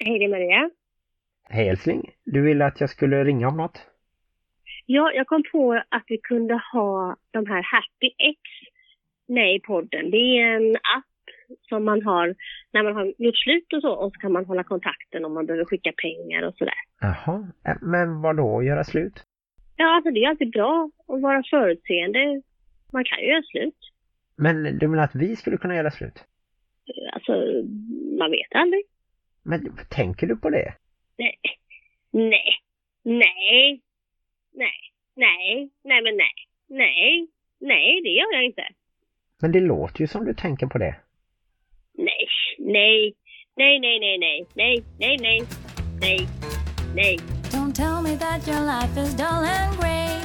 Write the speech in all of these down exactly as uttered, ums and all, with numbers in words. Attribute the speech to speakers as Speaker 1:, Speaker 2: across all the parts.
Speaker 1: Hej, det är Maria.
Speaker 2: Hej älskling, du ville att jag skulle ringa om något?
Speaker 1: Ja, jag kom på att vi kunde ha de här Happy X med i podden. Det är en app som man har när man har gjort slut och så. Och så kan man hålla kontakten om man behöver skicka pengar och sådär.
Speaker 2: Jaha, men vad då göra slut?
Speaker 1: Ja, alltså det är alltid bra att vara förutseende. Man kan ju göra slut.
Speaker 2: Men du menar att vi skulle kunna göra slut?
Speaker 1: Alltså, man vet aldrig.
Speaker 2: Men tänker du på det?
Speaker 1: Nej, nej, nej, nej, nej, nej, men nej, nej, nej, det gör jag inte.
Speaker 2: Men det låter ju som du tänker på det.
Speaker 1: Nej, nej, nej, nej, nej, nej, nej, nej, nej, nej, nej.
Speaker 3: Don't tell me that your life is dull and grey.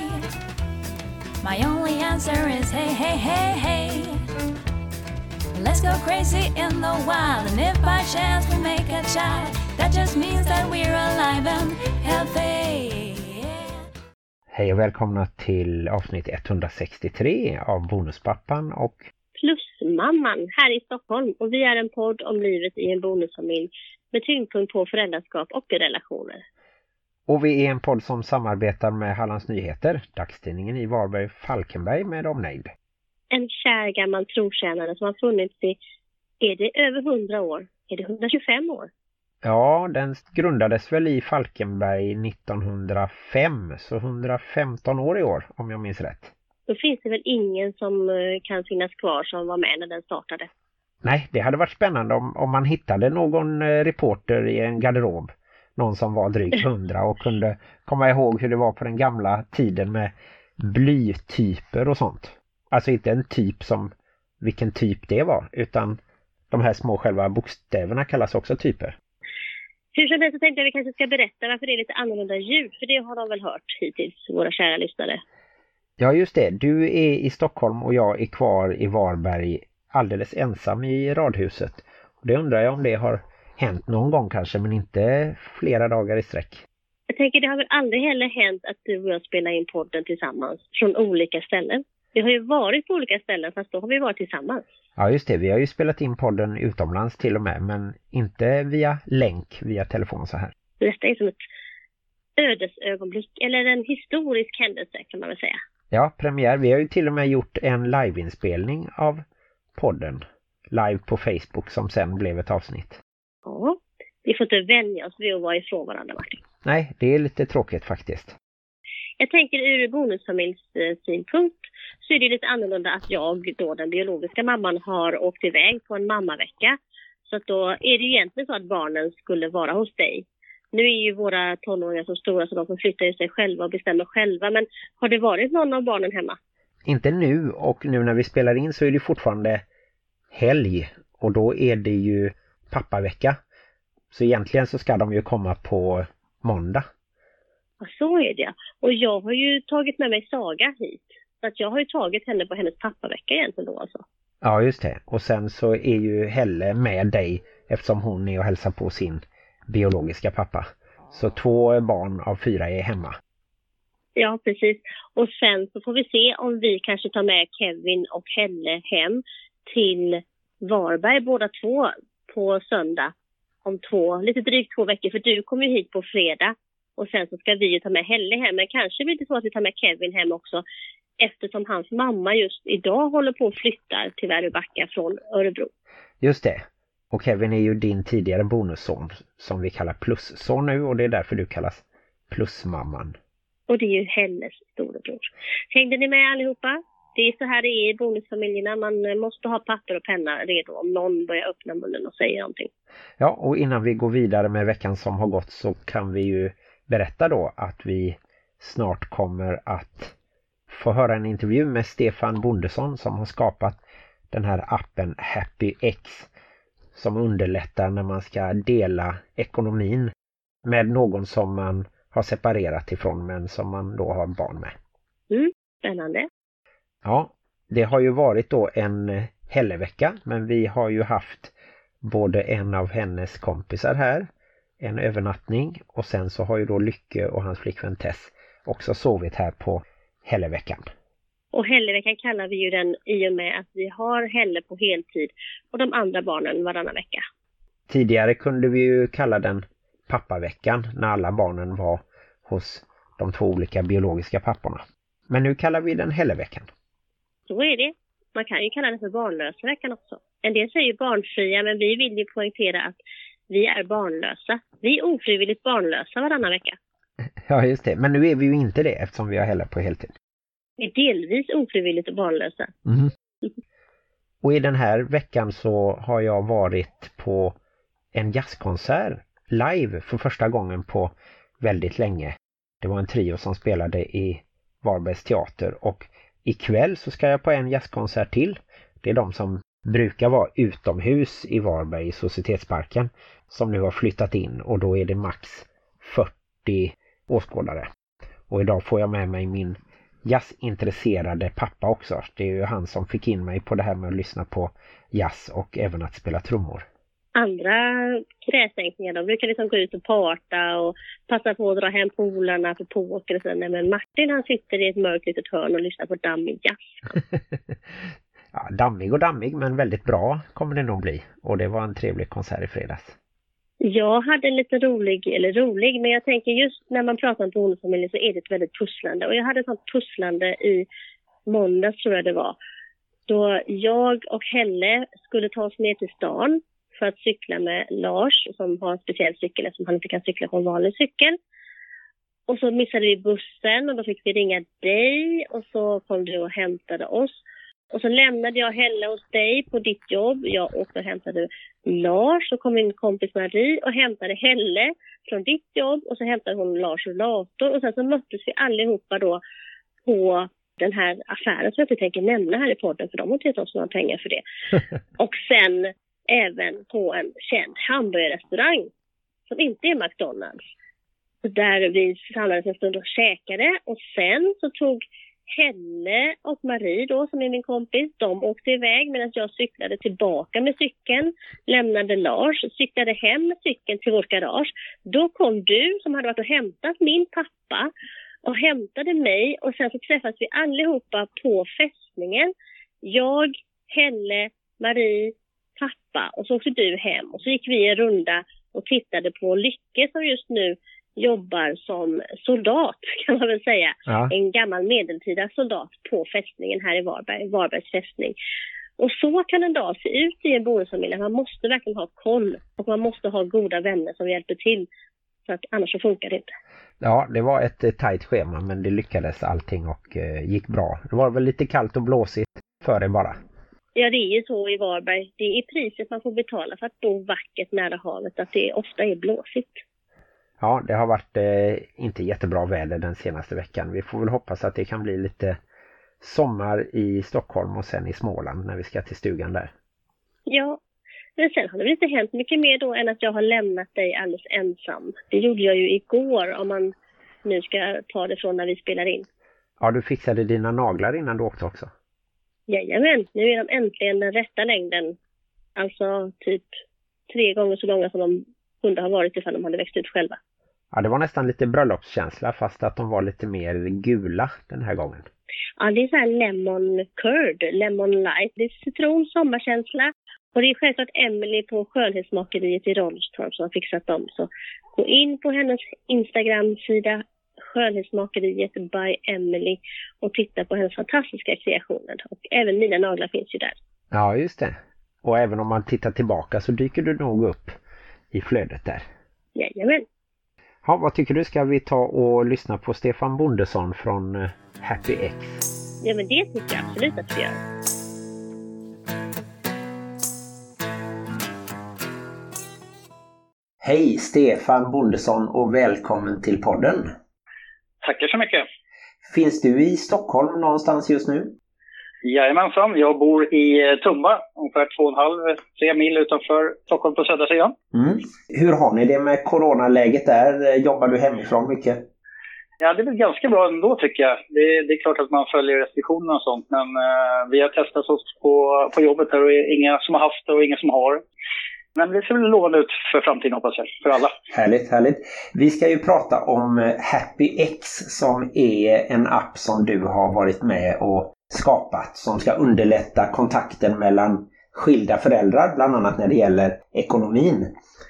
Speaker 3: My only answer is hey, hey, hey, hey. Let's go crazy in the wild. And if by chance we make a child, that just means that we're alive and healthy.
Speaker 2: Hej och välkomna till avsnitt etthundrasextiotre av Bonuspappan och
Speaker 1: Plusmamman här i Stockholm. Och vi är en podd om livet i en bonusfamilj med tyngdpunkt på föräldraskap och relationer.
Speaker 2: Och vi är en podd som samarbetar med Hallands Nyheter, dagstidningen i Varberg-Falkenberg med omnejd.
Speaker 1: En kär gammal trotjänare som har funnits i, är det över hundra år? Är det hundratjugofem år?
Speaker 2: Ja, den grundades väl i Falkenberg nittonhundrafem, så hundrafemton år i år om jag minns rätt.
Speaker 1: Då finns det väl ingen som kan finnas kvar som var med när den startade?
Speaker 2: Nej, det hade varit spännande om, om man hittade någon reporter i en garderob. Någon som var drygt hundra och kunde komma ihåg hur det var på den gamla tiden med blytyper och sånt. Alltså inte en typ som vilken typ det var, utan de här små själva bokstäverna kallas också typer.
Speaker 1: Hur som helst så tänkte jag att vi kanske ska berätta varför det är lite annorlunda ljud, för det har de väl hört hittills, våra kära lyssnare.
Speaker 2: Ja just det, du är i Stockholm och jag är kvar i Varberg alldeles ensam i radhuset. Och det undrar jag om det har hänt någon gång kanske, men inte flera dagar i sträck.
Speaker 1: Jag tänker det har väl aldrig heller hänt att du och jag spelar in podden tillsammans från olika ställen. Vi har ju varit på olika ställen, fast då har vi varit tillsammans.
Speaker 2: Ja just det, vi har ju spelat in podden utomlands till och med, men inte via länk, via telefon så här.
Speaker 1: Detta är som ett ödesögonblick, eller en historisk händelse kan man väl säga.
Speaker 2: Ja, premiär. Vi har ju till och med gjort en liveinspelning av podden. Live på Facebook som sen blev ett avsnitt.
Speaker 1: Ja, vi får inte vänja oss vid att vara ifrån varandra, Martin.
Speaker 2: Nej, det är lite tråkigt faktiskt.
Speaker 1: Jag tänker ur bonusfamiljs synpunkt så är det lite annorlunda att jag då, den biologiska mamman, har åkt iväg på en mammavecka. Så att då är det ju egentligen så att barnen skulle vara hos dig. Nu är ju våra tonåringar så stora så de får flytta i sig själva och bestämma själva. Men har det varit någon av barnen hemma?
Speaker 2: Inte nu, och nu när vi spelar in så är det fortfarande helg. Och då är det ju pappavecka. Så egentligen så ska de ju komma på måndag.
Speaker 1: Ja, så är det. Och jag har ju tagit med mig Saga hit. Så att jag har ju tagit henne på hennes pappavecka egentligen då alltså.
Speaker 2: Ja just det. Och sen så är ju Helle med dig eftersom hon är och hälsar på sin biologiska pappa. Så två barn av fyra är hemma.
Speaker 1: Ja, precis. Och sen så får vi se om vi kanske tar med Kevin och Helle hem till Varberg båda två på söndag. Om två, lite drygt två veckor. För du kommer ju hit på fredag. Och sen så ska vi ju ta med Helle hem. Men kanske blir det så att vi tar med Kevin hem också. Eftersom hans mamma just idag håller på att flytta till Väröbacka från Örebro.
Speaker 2: Just det. Och Kevin är ju din tidigare bonusson som vi kallar plusson nu. Och det är därför du kallas plusmamman.
Speaker 1: Och det är ju Helles storebror. Hängde ni med allihopa? Det är så här det är i bonusfamiljerna. Man måste ha papper och penna redo om någon börjar öppna munnen och säga någonting.
Speaker 2: Ja, och innan vi går vidare med veckan som har gått så kan vi ju berätta då att vi snart kommer att få höra en intervju med Stefan Bondesson som har skapat den här appen Happy X som underlättar när man ska dela ekonomin med någon som man har separerat ifrån men som man då har barn med.
Speaker 1: Mm, spännande.
Speaker 2: Ja, det har ju varit då en hellevecka, men vi har ju haft både en av hennes kompisar här, en övernattning, och sen så har ju då Lycke och hans flickvän Tess också sovit här på helleveckan.
Speaker 1: Och helleveckan kallar vi ju den i och med att vi har Helle på heltid och de andra barnen varannan vecka.
Speaker 2: Tidigare kunde vi ju kalla den pappaveckan när alla barnen var hos de två olika biologiska papporna. Men nu kallar vi den Helleveckan.
Speaker 1: Så är det. Man kan ju kalla den för barnlösa veckan också. En del säger barnfria, men vi vill ju poängtera att vi är barnlösa. Vi är ofrivilligt barnlösa varannan vecka.
Speaker 2: Ja, just det. Men nu är vi ju inte det eftersom vi har Helle på heltid.
Speaker 1: Vi är delvis ofrivilligt barnlösa.
Speaker 2: Mm. Och i den här veckan så har jag varit på en jazzkonsert live för första gången på väldigt länge. Det var en trio som spelade i Varbergs teater och ikväll så ska jag på en jazzkonsert till. Det är de som brukar vara utomhus i Varberg i Societetsparken som nu har flyttat in och då är det max fyrtio åskådare. Och idag får jag med mig min jazzintresserade pappa också. Det är ju han som fick in mig på det här med att lyssna på jazz och även att spela trummor.
Speaker 1: Andra kräsänkningar, de brukar liksom gå ut och parta och passa på att dra hem polarna på poker och sådär. Men Martin, han sitter i ett mörkt litet hörn och lyssnar på dammig jazz.
Speaker 2: Ja, dammig och dammig, men väldigt bra kommer det nog bli. Och det var en trevlig konsert i fredags.
Speaker 1: Jag hade en lite rolig, eller rolig, men jag tänker just när man pratar om bonusfamiljen så är det ett väldigt pusslande. Och jag hade ett sånt pusslande i måndags tror jag det var. Då jag och Helle skulle ta oss ner till stan för att cykla med Lars som har en speciell cykel eftersom han inte kan cykla på en vanlig cykel. Och så missade vi bussen och då fick vi ringa dig och så kom du och hämtade oss. Och så lämnade jag Helle hos dig på ditt jobb. Jag åkte och hämtade Lars och kom min kompis Marie och hämtade Helle från ditt jobb. Och så hämtade hon Lars rullator. Och sen så möttes vi allihopa då på den här affären som jag inte tänker nämna här i podden. För de har inte gett oss några pengar för det. Och sen även på en känd hamburgerrestaurang som inte är McDonalds. Så där vi samlades en stund och käkade. Och sen så tog Helle och Marie då som är min kompis, de åkte iväg medan jag cyklade tillbaka med cykeln, lämnade Lars, cyklade hem med cykeln till vårt garage. Då kom du som hade varit och hämtat min pappa och hämtade mig och sen så träffades vi allihopa på fästningen. Jag, Helle, Marie, pappa och så åkte du hem och så gick vi en runda och tittade på Lycke som just nu jobbar som soldat kan man väl säga. Ja. En gammal medeltida soldat på fästningen här i Varberg, Varbergs fästning. Och så kan en dag se ut i en bonusfamilj. Man måste verkligen ha koll och man måste ha goda vänner som hjälper till. Så att annars så funkar det inte.
Speaker 2: Ja, det var ett tajt schema men det lyckades allting och eh, gick bra. Det var väl lite kallt och blåsigt för det bara.
Speaker 1: Ja, det är ju så i Varberg. Det är priset man får betala för att bo vackert nära havet. Att det ofta är blåsigt.
Speaker 2: Ja, det har varit eh, inte jättebra väder den senaste veckan. Vi får väl hoppas att det kan bli lite sommar i Stockholm och sen i Småland när vi ska till stugan där.
Speaker 1: Ja, men sen har det inte hänt mycket mer då än att jag har lämnat dig alldeles ensam. Det gjorde jag ju igår om man nu ska ta det från när vi spelar in.
Speaker 2: Ja, du fixade dina naglar innan du åkte också.
Speaker 1: Jajamän, nu är de äntligen den rätta längden. Alltså typ tre gånger så långa som de kunde ha varit ifall de hade växt ut själva.
Speaker 2: Ja, det var nästan lite bröllopskänsla fast att de var lite mer gula den här gången.
Speaker 1: Ja, det är så här lemon curd, lemon light. Det är citron, sommarkänsla. Och det är självklart Emily på skönhetsmakeriet i Rollstorp som har fixat dem. Så gå in på hennes Instagram-sida skönhetsmakeriet by Emily och titta på hennes fantastiska kreationer. Och även mina naglar finns ju där.
Speaker 2: Ja, just det. Och även om man tittar tillbaka så dyker du nog upp i flödet där.
Speaker 1: Jajamän.
Speaker 2: Ja, vad tycker du? Ska vi ta och lyssna på Stefan Bondesson från Happy X?
Speaker 1: Ja, men det tycker jag absolut att vi gör.
Speaker 2: Hej, Stefan Bondesson och välkommen till podden.
Speaker 4: Tackar så mycket.
Speaker 2: Finns du i Stockholm någonstans just nu?
Speaker 4: Jajamensan, jag bor i Tumba, ungefär två och en halv, tre mil utanför Stockholm på södra sidan.
Speaker 2: Mm. Hur har ni det med coronaläget där? Jobbar du hemifrån mycket?
Speaker 4: Ja, det är väl ganska bra ändå tycker jag. Det, det är klart att man följer restriktionerna och sånt, men uh, vi har testat oss på, på jobbet här och är inga som har haft det och inga som har. Men det ser väl lovande ut för framtiden hoppas jag, för alla.
Speaker 2: Härligt, härligt. Vi ska ju prata om Happy X som är en app som du har varit med och skapat som ska underlätta kontakten mellan skilda föräldrar, bland annat när det gäller ekonomin.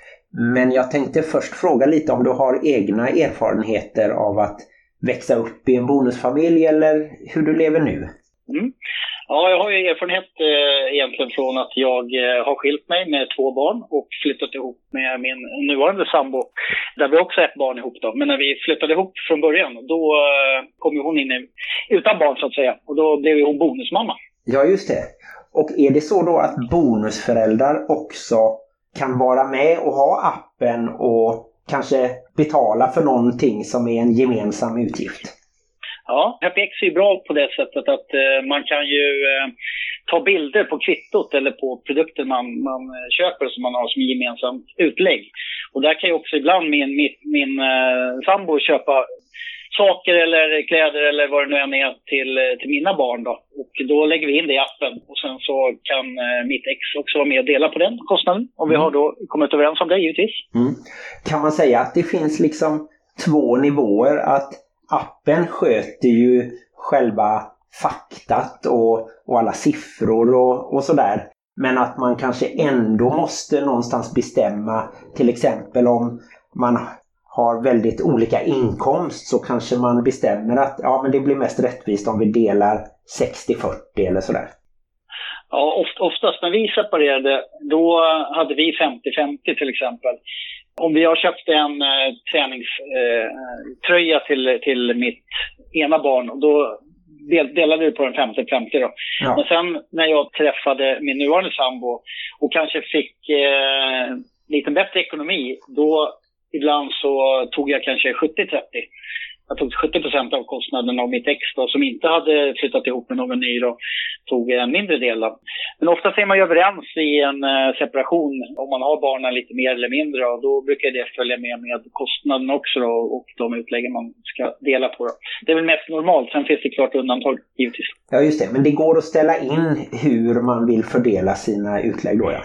Speaker 2: Men jag tänkte först fråga lite om du har egna erfarenheter av att växa upp i en bonusfamilj eller hur du lever nu.
Speaker 4: Mm. Ja, jag har ju erfarenhet eh, egentligen från att jag eh, har skilt mig med två barn och flyttat ihop med min nuvarande sambo. Där vi också har ett barn ihop då. Men när vi flyttade ihop från början, då eh, kom ju hon in i, utan barn så att säga. Och då blev ju hon bonusmamma.
Speaker 2: Ja, just det. Och är det så då att bonusföräldrar också kan vara med och ha appen och kanske betala för någonting som är en gemensam utgift?
Speaker 4: Ja, Happy X är ju bra på det sättet att eh, man kan ju eh, ta bilder på kvittot eller på produkter man, man köper som man har som gemensamt utlägg. Och där kan ju också ibland min, min, min eh, sambo köpa saker eller kläder eller vad det nu än är till, till mina barn då. Och då lägger vi in det i appen och sen så kan eh, mitt ex också vara med och dela på den kostnaden. Och vi har då kommit överens om det givetvis.
Speaker 2: Mm. Kan man säga att det finns liksom två nivåer, att appen sköter ju själva faktat och, och alla siffror och, och sådär. Men att man kanske ändå måste någonstans bestämma, till exempel om man har väldigt olika inkomst så kanske man bestämmer att ja, men det blir mest rättvist om vi delar sextio fyrtio eller sådär.
Speaker 4: Ja, oft, oftast när vi separerade, då hade vi femtio femtio till exempel. Om vi har köpt en eh, träningströja eh, till, till mitt ena barn, då del, delade vi på den femtio femtio då. Ja. Men sen när jag träffade min nuvarande sambo och kanske fick eh, lite bättre ekonomi, då ibland så tog jag kanske sjuttio trettio. Jag tog sjuttio procent av kostnaden av mitt ex då, som inte hade flyttat ihop med någon ny och tog en mindre del då. Men ofta är man ju överens i en uh, separation om man har barnen lite mer eller mindre och då brukar det följa med med kostnaden också då, och de utlägg man ska dela på då. Det är väl mest normalt, sen finns det klart undantag givetvis.
Speaker 2: Ja just det, men det går att ställa in hur man vill fördela sina utlägg då ja.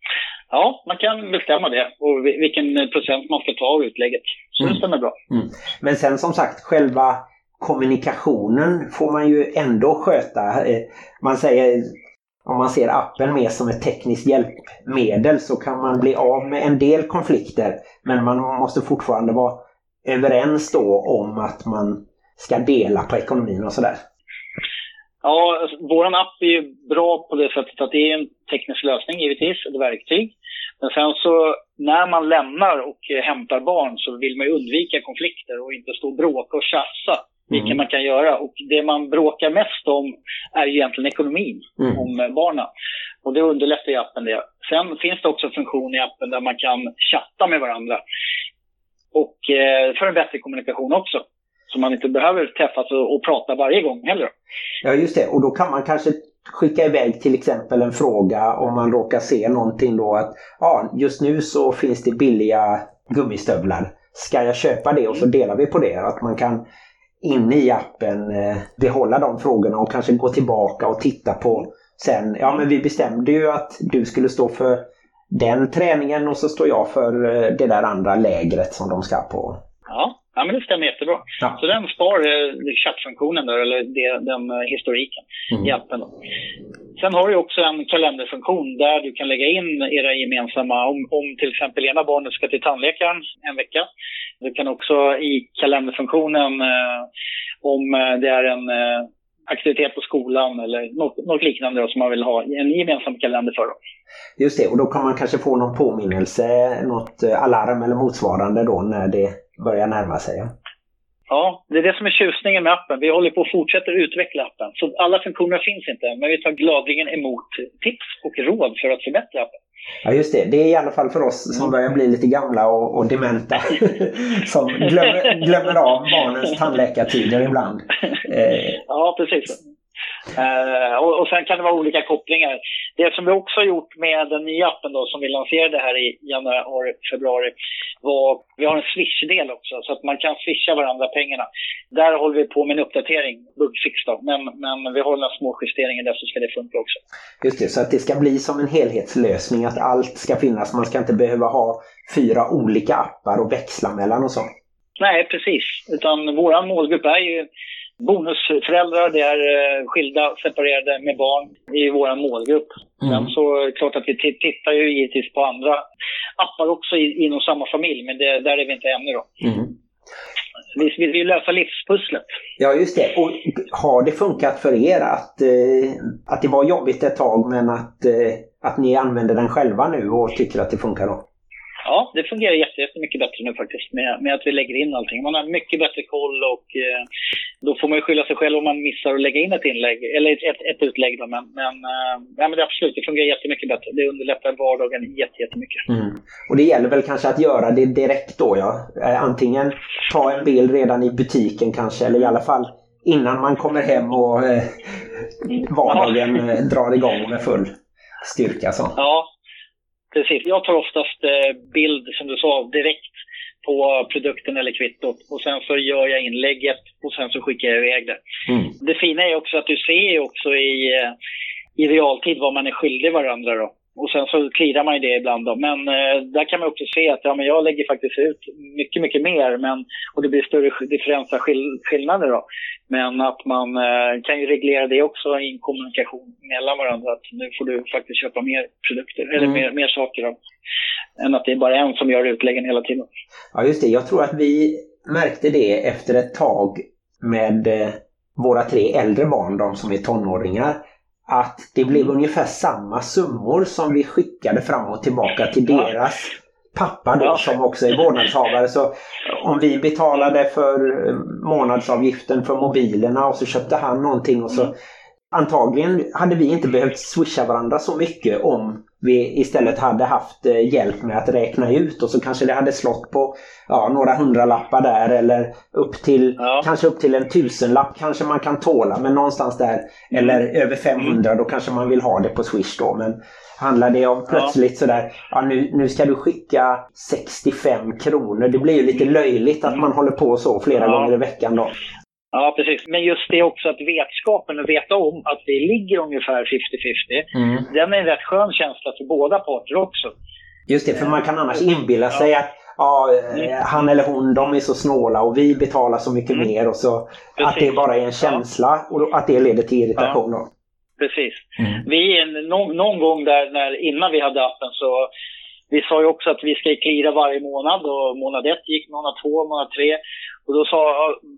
Speaker 4: Ja, man kan bestämma det och vilken procent man ska ta av utlägget. Så mm. det stämmer bra.
Speaker 2: Mm. Men sen som sagt, själva kommunikationen får man ju ändå sköta. Man säger, om man ser appen mer som ett tekniskt hjälpmedel så kan man bli av med en del konflikter. Men man måste fortfarande vara överens då om att man ska dela på ekonomin och sådär.
Speaker 4: Ja, alltså, våran app är ju bra på det sättet att det är en teknisk lösning givetvis, ett verktyg. Men sen så när man lämnar och hämtar barn så vill man ju undvika konflikter och inte stå och bråka och tjafsa, vilket mm. man kan göra. Och det man bråkar mest om är ju egentligen ekonomin, mm. om barnen. Och det underlättar i appen det. Sen finns det också en funktion i appen där man kan chatta med varandra. Och eh, för en bättre kommunikation också. Så man inte behöver träffas och, och prata varje gång heller.
Speaker 2: Ja just det, och då kan man kanske skicka iväg till exempel en fråga om man råkar se någonting då att ja, just nu så finns det billiga gummistövlar. Ska jag köpa det? Och så delar vi på det. Att man kan inne i appen eh, behålla de frågorna och kanske gå tillbaka och titta på sen. Ja men vi bestämde ju att du skulle stå för den träningen och så står jag för eh, det där andra lägret som de ska på.
Speaker 4: Ja. Ja, men det stämmer jättebra. Ja. Så den spar eh, chattfunktionen där, eller det, den eh, historiken mm. i appen. Då. Sen har du också en kalenderfunktion där du kan lägga in era gemensamma, om, om till exempel ena barnet ska till tandläkaren en vecka. Du kan också i kalenderfunktionen, eh, om det är en eh, aktivitet på skolan eller något, något liknande då, som man vill ha en gemensam kalender för. Då.
Speaker 2: Just det, och då kan man kanske få någon påminnelse, något alarm eller motsvarande då när det börjar närma sig.
Speaker 4: Ja, det är det som är tjusningen med appen. Vi håller på att fortsätta utveckla appen. Så alla funktioner finns inte, men vi tar gladeligen emot tips och råd för att förbättra appen.
Speaker 2: Ja just det, det är i alla fall för oss som börjar bli lite gamla och, och dementa som glömmer, glömmer av barnens tandläkartider ibland.
Speaker 4: Eh. Ja, precis. Uh, och, och sen kan det vara olika kopplingar. Det som vi också har gjort med den nya appen då, som vi lanserade här i januari, februari, var vi har en Swish-del också, så att man kan swisha varandra pengarna. Där håller vi på med en uppdatering, bugfix då, men, men vi har några små justeringar där så ska det funka också.
Speaker 2: Just det, så att det ska bli som en helhetslösning, att allt ska finnas, man ska inte behöva ha fyra olika appar och växla mellan och så.
Speaker 4: Nej, precis, utan våran målgrupp är ju bonusföräldrar, det är skilda, separerade med barn i vår målgrupp. Mm. Sen så är det klart att vi t- tittar ju givetvis på andra appar också i, inom samma familj, men det, där är vi inte ännu då. Mm. Vi vill ju lösa livspusslet.
Speaker 2: Ja, just det. Och har det funkat för er att, eh, att det var jobbigt ett tag, men att, eh, att ni använder den själva nu och tycker att det funkar då?
Speaker 4: Ja, det fungerar jättemycket bättre nu faktiskt med, med att vi lägger in allting. Man har mycket bättre koll och eh, då får man ju skylla sig själv om man missar att lägga in ett inlägg eller ett, ett, ett utlägg då. Men, men, eh, ja, men det absolut, det fungerar jättemycket bättre. Det underlättar vardagen jättemycket.
Speaker 2: Mm. Och det gäller väl kanske att göra det direkt då, ja. Eh, antingen ta en bild redan i butiken kanske, eller i alla fall innan man kommer hem och eh, vardagen eh, drar igång med full styrka. Så.
Speaker 4: Ja. Precis, jag tar oftast bild som du sa direkt på produkten eller kvittot och sen så gör jag inlägget och sen så skickar jag iväg det. Mm. Det fina är också att du ser också i, i realtid vad man är skyldig varandra då. Och sen så klirar man ju det ibland då. Men eh, där kan man också se att ja, men jag lägger faktiskt ut mycket, mycket mer. Men, och det blir större differenser, skill- skillnader då. Men att man eh, kan ju reglera det också i en kommunikation mellan varandra. Att nu får du faktiskt köpa mer produkter, mm. eller mer, mer saker då. Än att det är bara en som gör utläggen hela tiden.
Speaker 2: Ja, just det. Jag tror att vi märkte det efter ett tag med eh, våra tre äldre barn, de som är tonåringar. Att det blev ungefär samma summor som vi skickade fram och tillbaka till deras pappa då, som också är vårdnadshavare. Så om vi betalade för månadsavgiften för mobilerna och så köpte han någonting och så antagligen hade vi inte behövt swisha varandra så mycket om vi istället hade haft hjälp med att räkna ut, och så kanske det hade slått på ja, några hundralappar där eller upp till, ja. kanske upp till en tusenlapp kanske man kan tåla, men någonstans där, eller över femhundra, då kanske man vill ha det på Swish då. Men handlar det om plötsligt ja. sådär, ja nu, nu ska du skicka sextiofem kronor, det blir ju lite löjligt att man håller på så flera ja. gånger i veckan då.
Speaker 4: Ja, precis. Men just det också att vetskapen och veta om att vi ligger ungefär femtio femtio, mm. den är en rätt skön känsla för båda parter också.
Speaker 2: Just det, för man kan annars inbilla ja. sig att ja, mm. han eller hon, de är så snåla och vi betalar så mycket mm. mer, och så precis. att det bara är en känsla ja. och att det leder till irritation. Ja.
Speaker 4: Precis. Mm. Vi, någon, någon gång där när, innan vi hade appen så vi sa ju också att vi ska klira varje månad, och månad ett gick, månad två, månad tre, och då sa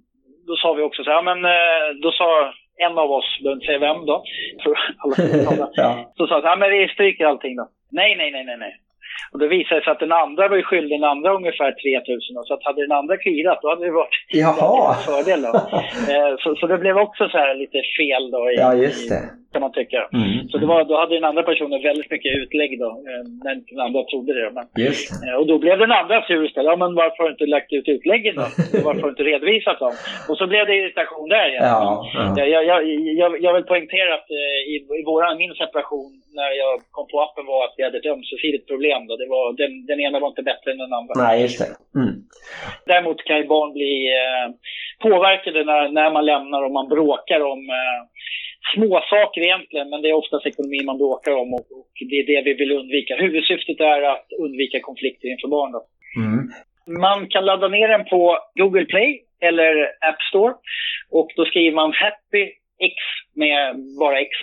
Speaker 4: Då sa vi också så här, men då sa en av oss, behöver inte säga vem då, för alla ja. så sa att ja, men vi stryker allting då. Nej, nej, nej, nej, nej. Och då visade det sig att den andra var ju skyldig den andra ungefär tre tusen. Så att hade den andra klirat, då hade det varit
Speaker 2: Jaha.
Speaker 4: en fördel då. så, så det blev också så här lite fel då. I,
Speaker 2: ja, just det.
Speaker 4: I, kan man tycka. Mm. Så det var, då hade den andra personen väldigt mycket utlägg då. När den andra trodde det. Men,
Speaker 2: just det.
Speaker 4: Och då blev den andra sur istället. Ja, men varför har du inte lagt ut utläggen då? Varför har du inte redovisat dem? Och så blev det irritation där. Ja, ja. Jag, jag, jag, jag, jag vill poängtera att i, i våran, min separation när jag kom på appen var att vi hade ett ömsesidigt problem då. Det var, den, den ena var inte bättre än den andra.
Speaker 2: Nej, just det. Mm.
Speaker 4: Däremot kan ju barn bli eh, påverkade när, när man lämnar och man bråkar om eh, små saker egentligen, men det är oftast ekonomi man bråkar om, och, och det är det vi vill undvika. Huvudsyftet är att undvika konflikter inför barn då. Mm. Man kan ladda ner den på Google Play eller App Store, och då skriver man Happy X med bara X.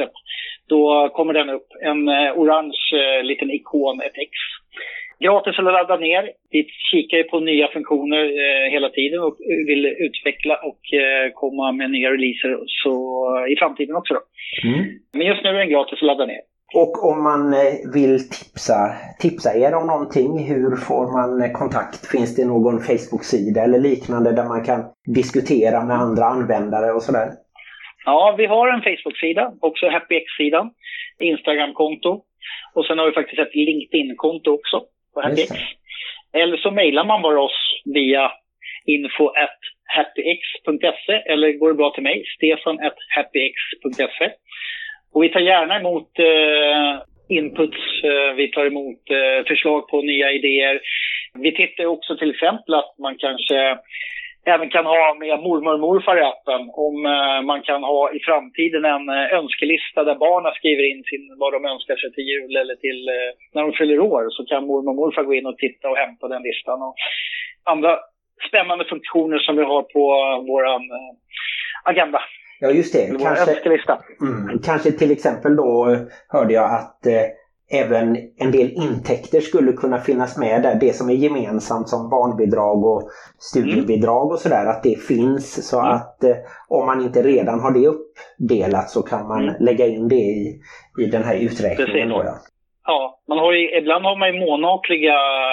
Speaker 4: Då kommer den upp, en eh, orange eh, liten ikon, ett X. Gratis att ladda ner. Vi kikar på nya funktioner eh, hela tiden och vill utveckla och eh, komma med nya releaser så, i framtiden också då. Mm. Men just nu är den gratis att ladda ner.
Speaker 2: Och om man vill tipsa, tipsa er om någonting, hur får man kontakt? Finns det någon Facebook-sida eller liknande där man kan diskutera med andra användare och sådär?
Speaker 4: Ja, vi har en Facebook-sida, också HappyX-sidan, Instagram-konto, och sen har vi faktiskt ett LinkedIn-konto också på HappyX. Eller så mejlar man bara oss via info at happyx punkt se, eller går det bra till mig, stefan at happyx punkt se. Och vi tar gärna emot eh, inputs, eh, vi tar emot eh, förslag på nya idéer. Vi tittar också till exempel att man kanske även kan ha med mormor och morfar i appen, om eh, man kan ha i framtiden en eh, önskelista där barnen skriver in sin, vad de önskar sig till jul eller till eh, när de fyller år, så kan mormor och morfar gå in och titta och hämta den listan. Och andra spännande funktioner som vi har på våran eh, agenda.
Speaker 2: Ja, just det.
Speaker 4: Eller kanske, önskelista.
Speaker 2: Mm, kanske till exempel då hörde jag att eh, även en del intäkter skulle kunna finnas med där. Det som är gemensamt som barnbidrag och studiebidrag mm. och sådär. Att det finns så mm. att eh, om man inte redan har det uppdelat så kan man mm. lägga in det i, i den här uträkningen. Då, ja.
Speaker 4: Ja, man har ju, ibland har man ju månatliga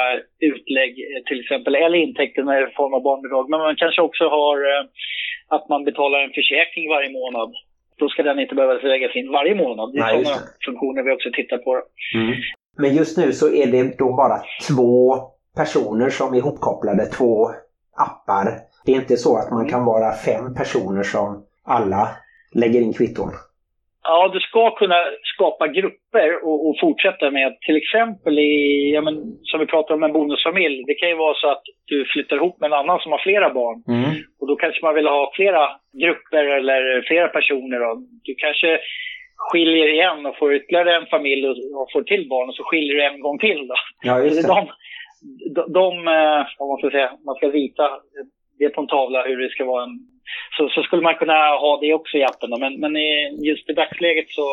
Speaker 4: utlägg till exempel, eller intäkter i form av barnbidrag. Men man kanske också har eh, att man betalar en försäkring varje månad. Då ska den inte behöva läggas in varje månad. Det är Nej, sådana funktioner vi också tittar på.
Speaker 2: Mm. Men just nu så är det då bara två personer som är ihopkopplade, två appar. Det är inte så att man kan vara fem personer som alla lägger in kvitton.
Speaker 4: Ja, du ska kunna skapa grupper och, och fortsätta med till exempel i, ja men, som vi pratar om en bonusfamilj. Det kan ju vara så att du flyttar ihop med en annan som har flera barn. Mm. Och då kanske man vill ha flera grupper eller flera personer. Då. Du kanske skiljer igen och får ytterligare en familj och, och får till barn och så skiljer du en gång till. Då.
Speaker 2: Ja, just det.
Speaker 4: De, de, de, om man ska säga, man ska vita det på en tavla hur det ska vara en... Så, så skulle man kunna ha det också i appen. Då. Men, men just i dagsläget så...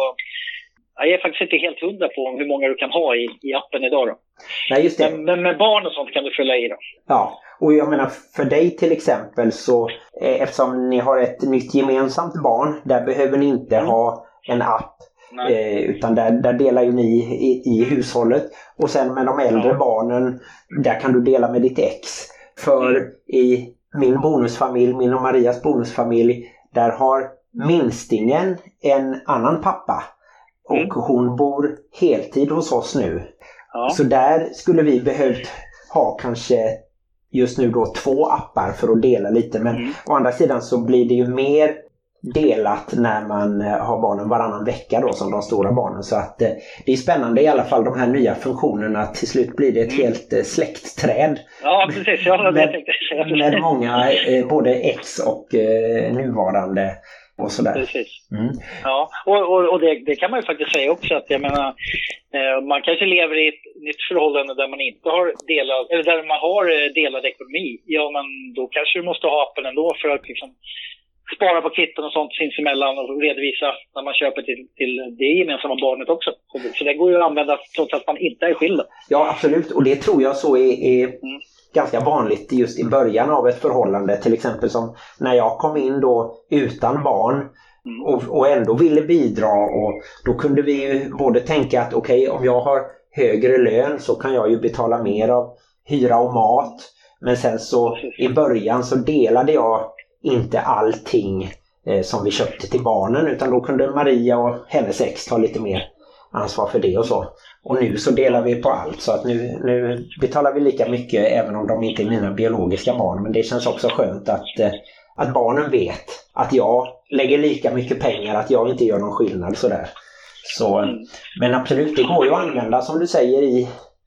Speaker 4: Jag är faktiskt inte helt hundra på hur många du kan ha i, i appen idag. Då.
Speaker 2: Nej, just det.
Speaker 4: Men, men med barn och sånt kan du fylla i då.
Speaker 2: Ja, och jag menar för dig till exempel så... Eh, eftersom ni har ett nytt gemensamt barn, där behöver ni inte mm. ha en app. Eh, utan där, där delar ju ni i, i hushållet. Och sen med de äldre ja. barnen, där kan du dela med ditt ex. För mm. i... Min bonusfamilj, min och Marias bonusfamilj, där har minstingen en annan pappa. Och mm. hon bor heltid hos oss nu. Ja. Så där skulle vi behövt ha kanske just nu då två appar för att dela lite. Men mm. å andra sidan så blir det ju mer delat när man har barnen varannan vecka då som de stora barnen. Så att eh, det är spännande i alla fall de här nya funktionerna. Till slut blir det ett mm. helt eh, släktträd.
Speaker 4: Ja, precis. Ja,
Speaker 2: med, med många eh, både ex och eh, nuvarande och sådär.
Speaker 4: Precis. Mm. Ja, och, och, och det, det kan man ju faktiskt säga också att jag menar eh, man kanske lever i ett nytt förhållande där man inte har delad, eller där man har delad ekonomi. Ja, men då kanske du måste ha appen ändå för att liksom spara på kvitton och sånt sinsemellan och redovisa när man köper till, till det gemensamma barnet också. Så, så det går ju att använda trots att man inte är skild.
Speaker 2: Ja, absolut. Och det tror jag så är, är mm. ganska vanligt just i början av ett förhållande. Till exempel som när jag kom in då utan barn mm. och, och ändå ville bidra. Och då kunde vi ju både tänka att okej, okay, om jag har högre lön så kan jag ju betala mer av hyra och mat. Men sen så i början så delade jag inte allting eh, som vi köpte till barnen, utan då kunde Maria och hennes ex ta lite mer ansvar för det och så. Och nu så delar vi på allt, så att nu, nu betalar vi lika mycket även om de inte är mina biologiska barn. Men det känns också skönt att, eh, att barnen vet att jag lägger lika mycket pengar, att jag inte gör någon skillnad sådär. Så, men absolut, det går ju att använda som du säger i,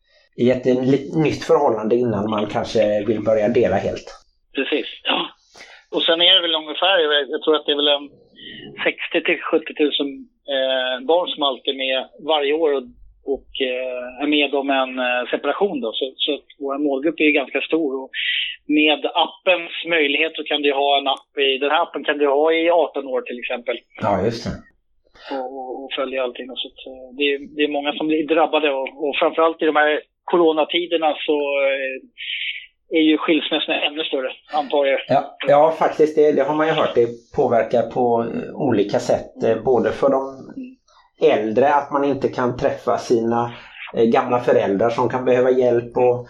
Speaker 2: i ett en, nytt förhållande innan man kanske vill börja dela helt.
Speaker 4: Precis, ja. Och sen är det väl ungefär, jag tror att det är väl en sextio till sjuttio tusen eh, barn som alltid är med varje år och, och eh, är med om en eh, separation då. Så, så vår målgrupp är ju ganska stor. Och med appens möjlighet så kan du ha en app i, den här appen kan du ha i arton år till exempel.
Speaker 2: Ja, just det.
Speaker 4: Och, och, och följa allting. Och så att, det, är, det är många som blir drabbade och, och framförallt i de här coronatiderna så eh, är ju skilsmässorna ännu större, antar jag.
Speaker 2: Ja, ja faktiskt, det, det har man ju hört. Det påverkar på olika sätt. Både för de äldre, att man inte kan träffa sina gamla föräldrar som kan behöva hjälp. Och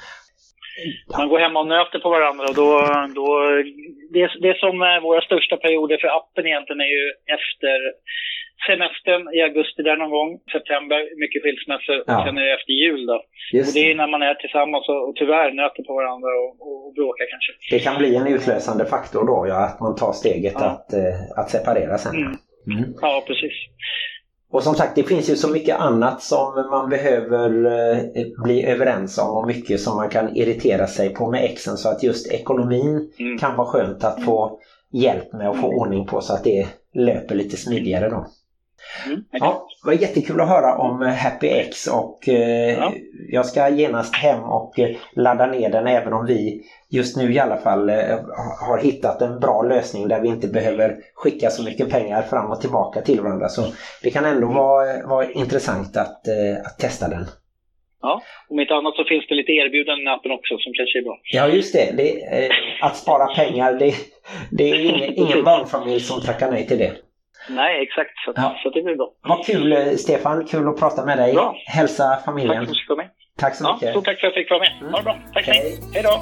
Speaker 4: man går hemma och nöter på varandra. Och då, då, det, det som är våra största perioder för appen egentligen är ju efter semestern i augusti där någon gång, september, mycket skilsmässor, ja. Sen är det efter jul då. Just och det är när man är tillsammans och, och tyvärr nöter på varandra och, och, och bråkar kanske.
Speaker 2: Det kan bli en utlösande faktor då, ja, att man tar steget ja. att, eh, att separera sen.
Speaker 4: Mm. Mm. Ja, precis.
Speaker 2: Och som sagt, det finns ju så mycket annat som man behöver eh, bli överens om och mycket som man kan irritera sig på med exen, så att just ekonomin mm. kan vara skönt att få hjälp med att få ordning på så att det löper lite smidigare då.
Speaker 4: Mm,
Speaker 2: ja, det var jättekul att höra om HappyX och eh, ja. jag ska genast hem och eh, ladda ner den, även om vi just nu i alla fall eh, har hittat en bra lösning där vi inte behöver skicka så mycket pengar fram och tillbaka till varandra. Så det kan ändå vara, vara intressant att, eh, att testa den.
Speaker 4: Ja, om inte annat så finns det lite erbjudanden i appen också som kanske är bra.
Speaker 2: Ja, just det. det eh, att spara pengar, det, det är ingen, ingen barnfamilj som tackar nej till det.
Speaker 4: Nej, exakt. Så,
Speaker 2: ja.
Speaker 4: så det blir bra.
Speaker 2: Vad kul, Stefan. Kul att prata med dig.
Speaker 4: Bra.
Speaker 2: Hälsa familjen.
Speaker 4: Tack för att du fick vara med.
Speaker 2: Tack så mycket.
Speaker 4: Ja, stort tack för att jag fick vara med. Mm. Ha det bra. Tack. Hej. Hej då.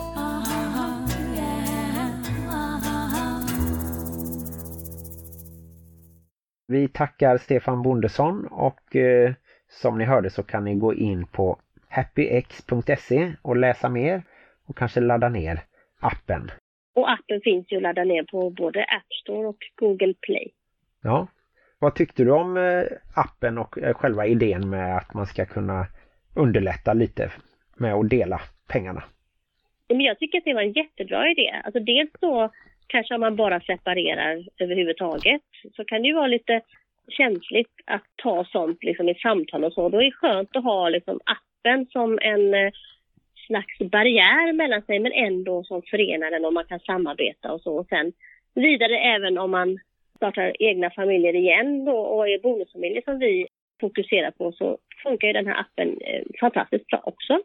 Speaker 2: Vi tackar Stefan Bondesson och eh, som ni hörde så kan ni gå in på happyx punkt se och läsa mer och kanske ladda ner appen.
Speaker 1: Och appen finns ju att ladda ner på både App Store och Google Play.
Speaker 2: Ja. Vad tyckte du om eh, appen och eh, själva idén med att man ska kunna underlätta lite med att dela pengarna?
Speaker 1: Men jag tycker att det var en jättebra idé. Alltså dels så kanske om man bara separerar överhuvudtaget så kan det ju vara lite känsligt att ta sånt liksom i samtal och så. Då är det skönt att ha liksom appen som en eh, slags barriär mellan sig, men ändå som förenar den och man kan samarbeta och så. Och sen vidare även om man startar egna familjer igen då, och är bonusfamiljer som vi fokuserar på, så funkar ju den här appen eh, fantastiskt bra också.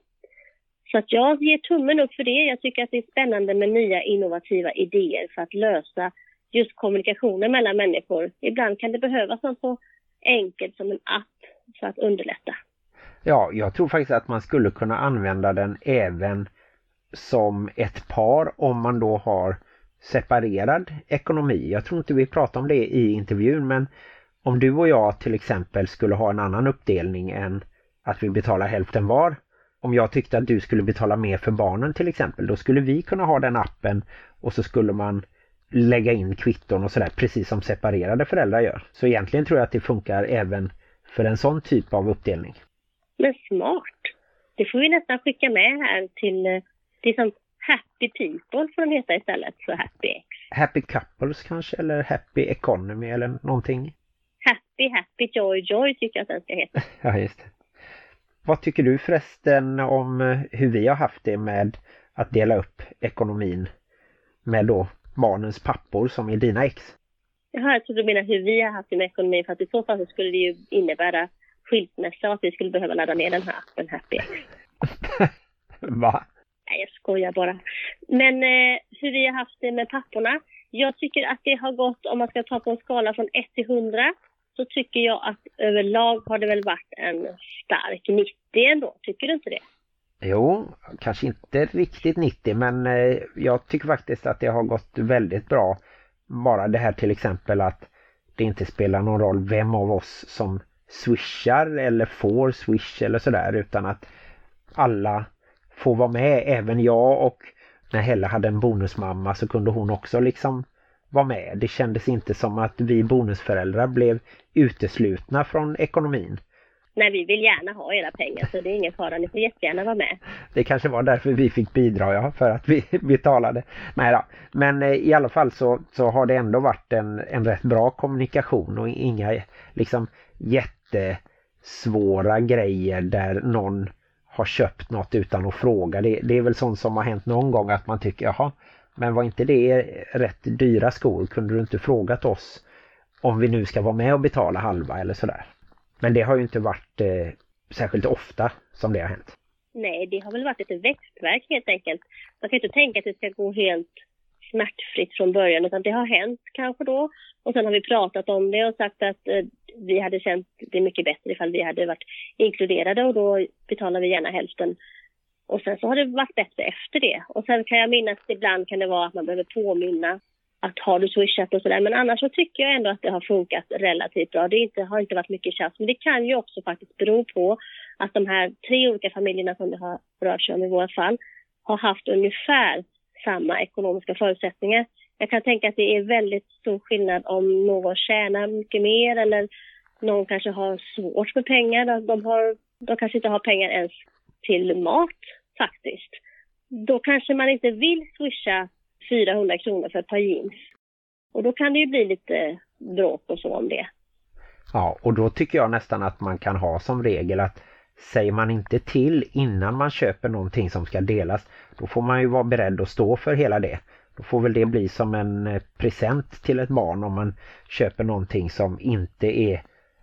Speaker 1: Så att jag ger tummen upp för det. Jag tycker att det är spännande med nya innovativa idéer för att lösa just kommunikationen mellan människor. Ibland kan det behövas något så enkelt som en app för att underlätta.
Speaker 2: Ja, jag tror faktiskt att man skulle kunna använda den även som ett par om man då har separerad ekonomi. Jag tror inte vi pratar om det i intervjun, men om du och jag till exempel skulle ha en annan uppdelning än att vi betalar hälften var. Om jag tyckte att du skulle betala mer för barnen till exempel, då skulle vi kunna ha den appen och så skulle man lägga in kvitton och sådär, precis som separerade föräldrar gör. Så egentligen tror jag att det funkar även för en sån typ av uppdelning.
Speaker 1: Men smart. Det får vi nästan skicka med här till, det är som Happy People får de heta istället för HappyX.
Speaker 2: Happy Couples kanske, eller Happy Economy eller någonting.
Speaker 1: Happy, Happy, Joy, Joy tycker jag att den ska heta.
Speaker 2: Ja, just det. Vad tycker du förresten om hur vi har haft det med att dela upp ekonomin med då barnens pappor som är dina ex?
Speaker 1: Jag hör att du menar hur vi har haft det med ekonomin, för att i så fall så skulle det ju innebära skilsmässa och att vi skulle behöva ladda ner den här appen HappyX.
Speaker 2: Va?
Speaker 1: Nej, jag skojar bara. Men eh, hur vi har haft det med papporna. Jag tycker att det har gått, om man ska ta på en skala från ett till hundra, så tycker jag att överlag har det väl varit en stark nittio ändå. Tycker du inte det?
Speaker 2: Jo, kanske inte riktigt nittio, men eh, jag tycker faktiskt att det har gått väldigt bra. Bara det här till exempel att det inte spelar någon roll vem av oss som swishar eller får swish eller sådär, utan att alla får vara med, även jag, och när Hella hade en bonusmamma så kunde hon också liksom vara med. Det kändes inte som att vi bonusföräldrar blev uteslutna från ekonomin.
Speaker 1: Nej, vi vill gärna ha era pengar, så det är ingen fara, ni får jättegärna vara med.
Speaker 2: Det kanske var därför vi fick bidra, ja, för att vi betalade. Nej då. Men eh, i alla fall så, så har det ändå varit en, en rätt bra kommunikation och inga liksom jättesvåra grejer där någon har köpt något utan att fråga. Det, det är väl sånt som har hänt någon gång att man tycker, jaha, men var inte det rätt dyra skor? Kunde du inte frågat oss om vi nu ska vara med och betala halva eller sådär? Men det har ju inte varit eh, särskilt ofta som det har hänt.
Speaker 1: Nej, det har väl varit ett växtverk helt enkelt. Man kan inte tänka att det ska gå helt smärtfritt från början, utan det har hänt kanske då. Och sen har vi pratat om det och sagt att eh, vi hade känt det mycket bättre ifall vi hade varit inkluderade, och då betalar vi gärna hälften. Och sen så har det varit bättre efter det. Och sen kan jag minnas att ibland kan det vara att man behöver påminna att har du swishat och sådär. Men annars så tycker jag ändå att det har funkat relativt bra. Det inte, har inte varit mycket tjafs. Men det kan ju också faktiskt bero på att de här tre olika familjerna som det har rört sig om i våra fall har haft ungefär samma ekonomiska förutsättningar. Jag kan tänka att det är väldigt stor skillnad om någon tjänar mycket mer eller någon kanske har svårt med pengar. De, har, de kanske inte har pengar ens till mat faktiskt. Då kanske man inte vill swisha fyrahundra kronor för ett par jeans. Och då kan det ju bli lite bråk och så om det.
Speaker 2: Ja, och då tycker jag nästan att man kan ha som regel att säger man inte till innan man köper någonting som ska delas, då får man ju vara beredd att stå för hela det. Då får väl det bli som en present till ett barn om man köper någonting som inte är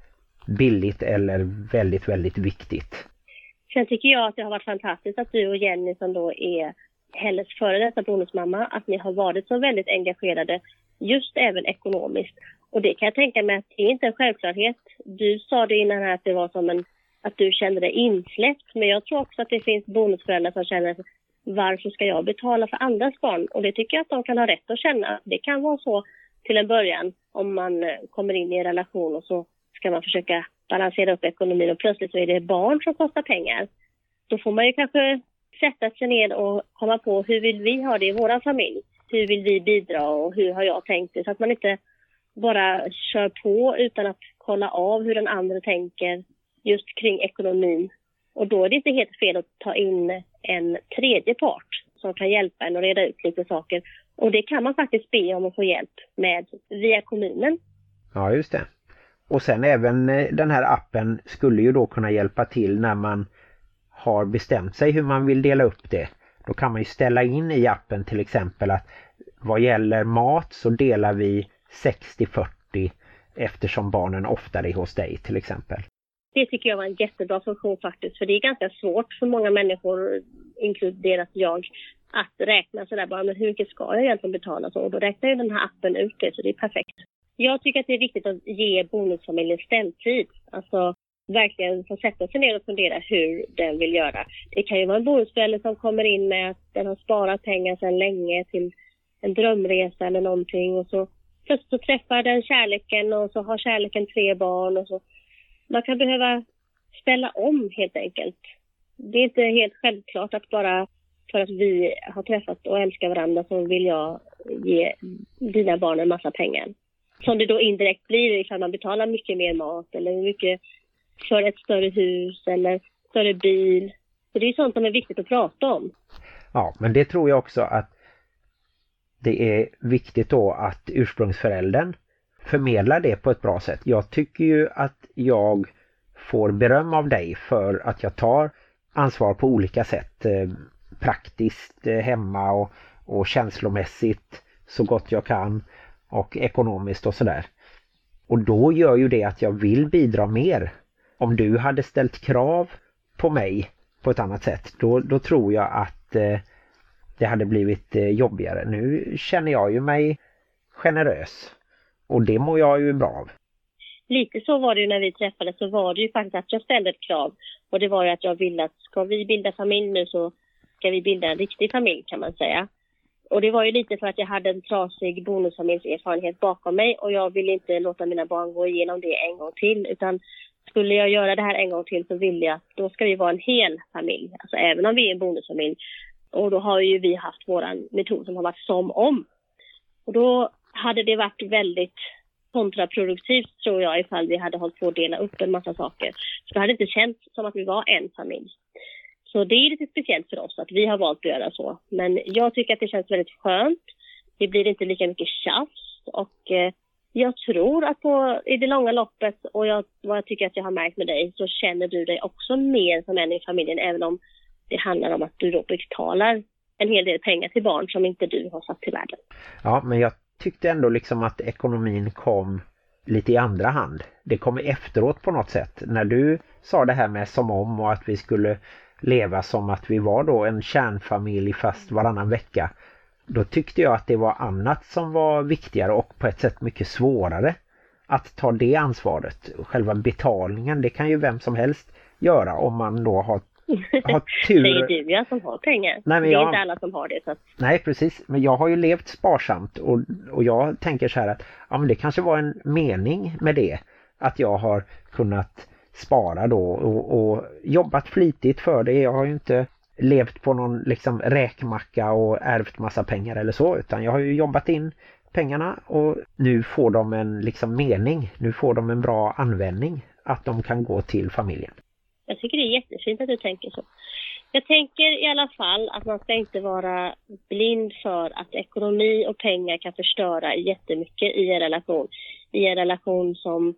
Speaker 2: billigt eller väldigt, väldigt viktigt.
Speaker 1: Sen tycker jag att det har varit fantastiskt att du och Jenny som då är Helles före detta bonusmamma, att ni har varit så väldigt engagerade just även ekonomiskt. Och det kan jag tänka mig att det är inte en självklarhet. Du sa det innan här att det var som en, att du kände dig insläppt. Men jag tror också att det finns bonusföräldrar som känner varför ska jag betala för andras barn? Och det tycker jag att de kan ha rätt att känna. Det kan vara så till en början om man kommer in i en relation och så ska man försöka balansera upp ekonomin och plötsligt så är det barn som kostar pengar. Då får man ju kanske sätta sig ner och komma på hur vill vi ha det i våra familj? Hur vill vi bidra och hur har jag tänkt det? Så att man inte bara kör på utan att kolla av hur den andra tänker just kring ekonomin. Och då är det inte helt fel att ta in en tredje part som kan hjälpa en att reda ut lite saker. Och det kan man faktiskt be om att få hjälp med via kommunen.
Speaker 2: Ja, just det. Och sen även den här appen skulle ju då kunna hjälpa till när man har bestämt sig hur man vill dela upp det. Då kan man ju ställa in i appen till exempel att vad gäller mat så delar vi sextio fyrtio eftersom barnen oftare är hos dig till exempel.
Speaker 1: Det tycker jag var en jättebra funktion faktiskt. För det är ganska svårt för många människor, inkluderat jag, att räkna sådär bara, men hur mycket ska jag egentligen betala? Så, och då räknar ju den här appen ut det, så det är perfekt. Jag tycker att det är viktigt att ge bonusfamiljen ställtid. Alltså verkligen få sätta sig ner och fundera hur den vill göra. Det kan ju vara en bonusförälder som kommer in med att den har sparat pengar sedan länge till en drömresa eller någonting. Och så plötsligt så träffar den kärleken och så har kärleken tre barn. Och så. Man kan behöva ställa om helt enkelt. Det är inte helt självklart att bara för att vi har träffat och älskar varandra så vill jag ge dina barn en massa pengar. Som det då indirekt blir ifall man betalar mycket mer mat eller mycket för ett större hus eller större bil. Så det är sånt som är viktigt att prata om.
Speaker 2: Ja, men det tror jag också att det är viktigt då att ursprungsföräldern förmedlar det på ett bra sätt. Jag tycker ju att jag får beröm av dig för att jag tar ansvar på olika sätt. Eh, praktiskt, eh, hemma och, och känslomässigt så gott jag kan och ekonomiskt och sådär. Och då gör ju det att jag vill bidra mer. Om du hade ställt krav på mig på ett annat sätt, då, då tror jag att eh, det hade blivit eh, jobbigare. Nu känner jag ju mig generös och det mår jag ju bra av.
Speaker 1: Lite så var det ju när vi träffades, så var det ju faktiskt att jag ställde ett krav. Och det var ju att jag ville att ska vi bilda familj nu så ska vi bilda en riktig familj kan man säga. Och det var ju lite för att jag hade en trasig bonusfamiljserfarenhet bakom mig och jag ville inte låta mina barn gå igenom det en gång till, utan skulle jag göra det här en gång till så vill jag, då ska vi vara en hel familj. Alltså även om vi är en bonusfamilj. Och då har ju vi haft våran metod som har varit som om. Och då hade det varit väldigt kontraproduktivt tror jag ifall vi hade hållit på att dela upp en massa saker. Så det hade inte känts som att vi var en familj. Så det är lite speciellt för oss att vi har valt att göra så. Men jag tycker att det känns väldigt skönt. Det blir inte lika mycket tjafs. Och eh, jag tror att på, i det långa loppet och jag, vad jag tycker att jag har märkt med dig så känner du dig också mer som en i familjen. Även om det handlar om att du då betalar en hel del pengar till barn som inte du har satt till världen.
Speaker 2: Ja, men jag tyckte ändå liksom att ekonomin kom lite i andra hand. Det kom efteråt på något sätt. När du sa det här med som om och att vi skulle leva som att vi var då en kärnfamilj fast varannan vecka. Då tyckte jag att det var annat som var viktigare och på ett sätt mycket svårare att ta det ansvaret. Själva betalningen, det kan ju vem som helst göra om man då har, har tur.
Speaker 1: Säger du ja som har pengar.
Speaker 2: Nej, men
Speaker 1: det är
Speaker 2: jag...
Speaker 1: inte alla som har det. Så att...
Speaker 2: Nej, precis. Men jag har ju levt sparsamt och, och jag tänker så här att ja, men det kanske var en mening med det. Att jag har kunnat spara då och, och jobbat flitigt för det. Jag har ju inte levt på någon liksom räkmacka och ärvt massa pengar eller så, utan jag har ju jobbat in pengarna och nu får de en liksom mening. Nu får de en bra användning att de kan gå till familjen.
Speaker 1: Jag tycker det är jättefint att du tänker så. Jag tänker i alla fall att man ska inte vara blind för att ekonomi och pengar kan förstöra jättemycket i en relation. I en relation som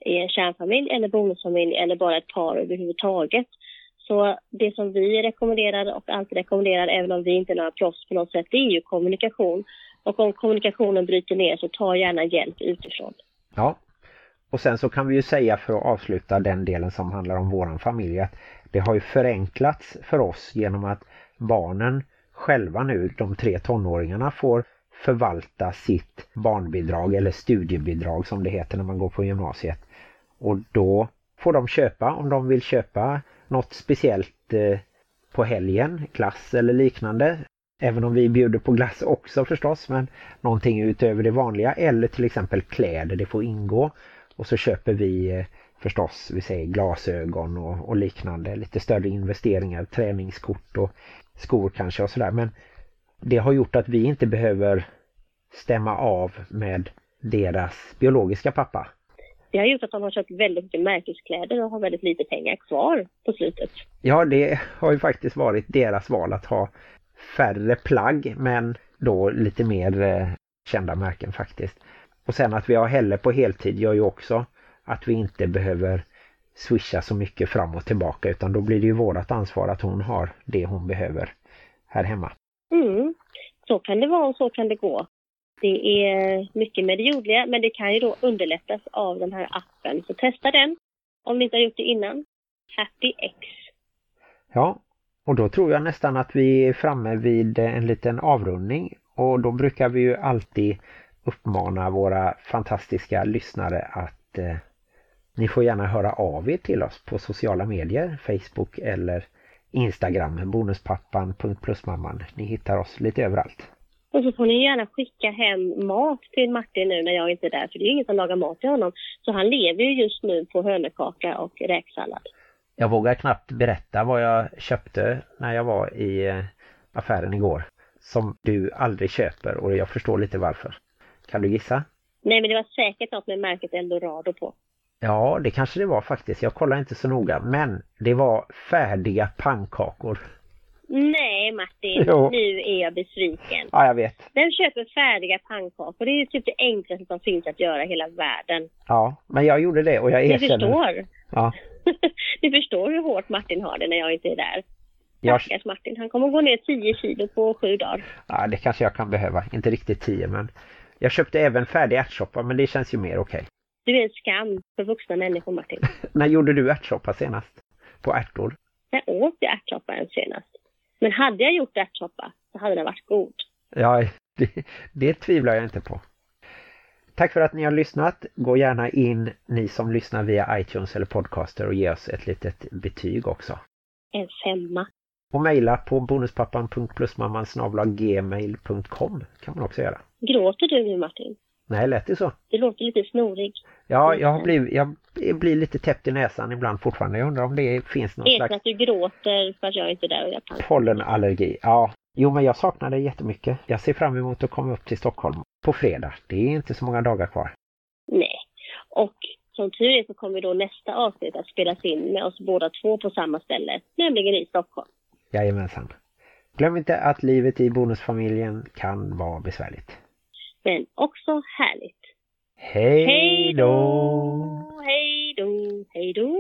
Speaker 1: i en kärnfamilj eller bonusfamilj eller bara ett par överhuvudtaget. Så det som vi rekommenderar och alltid rekommenderar, även om vi inte är några proffs på något sätt, det är ju kommunikation. Och om kommunikationen bryter ner så ta gärna hjälp utifrån.
Speaker 2: Ja, och sen så kan vi ju säga för att avsluta den delen som handlar om våran familj att det har ju förenklats för oss genom att barnen själva nu, de tre tonåringarna, får förvalta sitt barnbidrag eller studiebidrag som det heter när man går på gymnasiet. Och då får de köpa, om de vill köpa något speciellt eh, på helgen, glass eller liknande. Även om vi bjuder på glass också förstås, men någonting utöver det vanliga. Eller till exempel kläder, det får ingå. Och så köper vi eh, förstås, vi säger glasögon och, och liknande. Lite större investeringar, träningskort och skor kanske och sådär. Men det har gjort att vi inte behöver stämma av med deras biologiska pappa.
Speaker 1: Det har gjort att de har köpt väldigt mycket märkeskläder och har väldigt lite pengar kvar på slutet.
Speaker 2: Ja, det har ju faktiskt varit deras val att ha färre plagg, men då lite mer eh, kända märken faktiskt. Och sen att vi har Helle på heltid gör ju också att vi inte behöver swisha så mycket fram och tillbaka, utan då blir det ju vårt ansvar att hon har det hon behöver här hemma.
Speaker 1: Mm, så kan det vara och så kan det gå. Det är mycket med det jordliga, men det kan ju då underlättas av den här appen. Så testa den om ni inte har gjort det innan. HappyX.
Speaker 2: Ja, och då tror jag nästan att vi är framme vid en liten avrundning. Och då brukar vi ju alltid uppmana våra fantastiska lyssnare att eh, ni får gärna höra av er till oss på sociala medier, Facebook eller Instagram, bonuspappan punkt plusmamman. Ni hittar oss lite överallt.
Speaker 1: Och så får ni gärna skicka hem mat till Martin nu när jag inte är där. För det är ju inget att laga mat till honom. Så han lever ju just nu på hönökaka och räksallad.
Speaker 2: Jag vågar knappt berätta vad jag köpte när jag var i affären igår. Som du aldrig köper, och jag förstår lite varför. Kan du gissa?
Speaker 1: Nej, men det var säkert något med märket Eldorado på.
Speaker 2: Ja, det kanske det var faktiskt. Jag kollar inte så noga. Men det var färdiga pannkakor.
Speaker 1: Nej, Martin.
Speaker 2: Jo.
Speaker 1: Nu är jag besviken.
Speaker 2: Ja, jag vet.
Speaker 1: Den köper färdiga pannkakor. Det är ju typ det enklaste som finns att göra i hela världen.
Speaker 2: Ja, men jag gjorde det och jag erkänner.
Speaker 1: Du förstår.
Speaker 2: Ja.
Speaker 1: Du förstår hur hårt Martin har det när jag inte är där.
Speaker 2: Jag...
Speaker 1: Stackars Martin. Han kommer gå ner tio kilo på sju dagar.
Speaker 2: Ja, det kanske jag kan behöva. Inte riktigt tio, men jag köpte även färdig ärtsoppa, men det känns ju mer okej.
Speaker 1: Du är en skam för vuxna människor, Martin.
Speaker 2: När gjorde du ärtsoppa senast? På ärtor?
Speaker 1: Jag åt jag ärtsoppa än senast. Men hade jag gjort ärtsoppa så hade den varit god.
Speaker 2: Ja, det, det tvivlar jag inte på. Tack för att ni har lyssnat. Gå gärna in, ni som lyssnar via iTunes eller Podcaster, och ge oss ett litet betyg också.
Speaker 1: En femma.
Speaker 2: Och mejla på bonuspappan punkt plusmamman snabel-a gmail punkt com kan man också göra.
Speaker 1: Gråter du nu, Martin?
Speaker 2: Nej, lät det så.
Speaker 1: Du låter lite snorig.
Speaker 2: Ja, jag, har blivit, jag blir lite täppt i näsan ibland fortfarande. Jag undrar om det finns någon
Speaker 1: Vet
Speaker 2: slags...
Speaker 1: att du gråter för att jag inte är där och jag kan.
Speaker 2: Pollenallergi, ja. Jo, men jag saknar det jättemycket. Jag ser fram emot att komma upp till Stockholm på fredag. Det är inte så många dagar kvar.
Speaker 1: Nej, och som tur är så kommer då nästa avsnitt att spelas in med oss båda två på samma ställe, nämligen i Stockholm.
Speaker 2: Jajamensan. Glöm inte att livet i bonusfamiljen kan vara besvärligt.
Speaker 1: Men också härligt.
Speaker 2: Hej
Speaker 1: Hej
Speaker 2: då!
Speaker 1: Hej då! Hej då!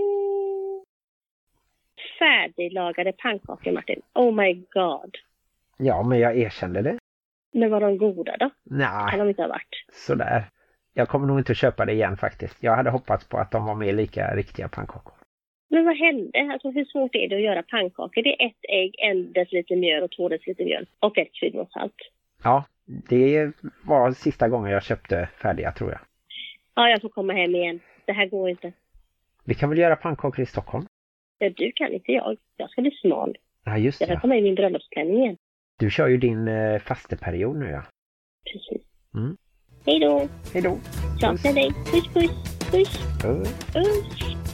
Speaker 1: Färdiglagade pannkakor, Martin. Oh my god.
Speaker 2: Ja, men jag erkände det.
Speaker 1: Men var de goda då?
Speaker 2: Nej,
Speaker 1: Kan de inte ha varit?
Speaker 2: sådär. Jag kommer nog inte att köpa det igen faktiskt. Jag hade hoppats på att de var mer lika riktiga pannkakor.
Speaker 1: Men vad hände? Alltså hur svårt är det att göra pannkakor? Det är ett ägg, en deciliter mjöl och två deciliter mjöl. Och ett kryddmålssalt.
Speaker 2: Ja, det var sista gången jag köpte färdiga, tror jag.
Speaker 1: Ja, jag får komma hem igen. Det här går inte.
Speaker 2: Vi kan väl göra pannkakor i Stockholm?
Speaker 1: Ja, du kan inte jag. Jag ska bli smal.
Speaker 2: Ja, just
Speaker 1: Jag
Speaker 2: det.
Speaker 1: ska komma i min bröllopsklänning igen.
Speaker 2: Du kör ju din eh, fasteperiod nu, ja.
Speaker 1: Precis.
Speaker 2: Mm.
Speaker 1: Hej då.
Speaker 2: Hej då.
Speaker 1: Saknar dig. Puss, puss, puss.
Speaker 2: Puss.
Speaker 1: Puss.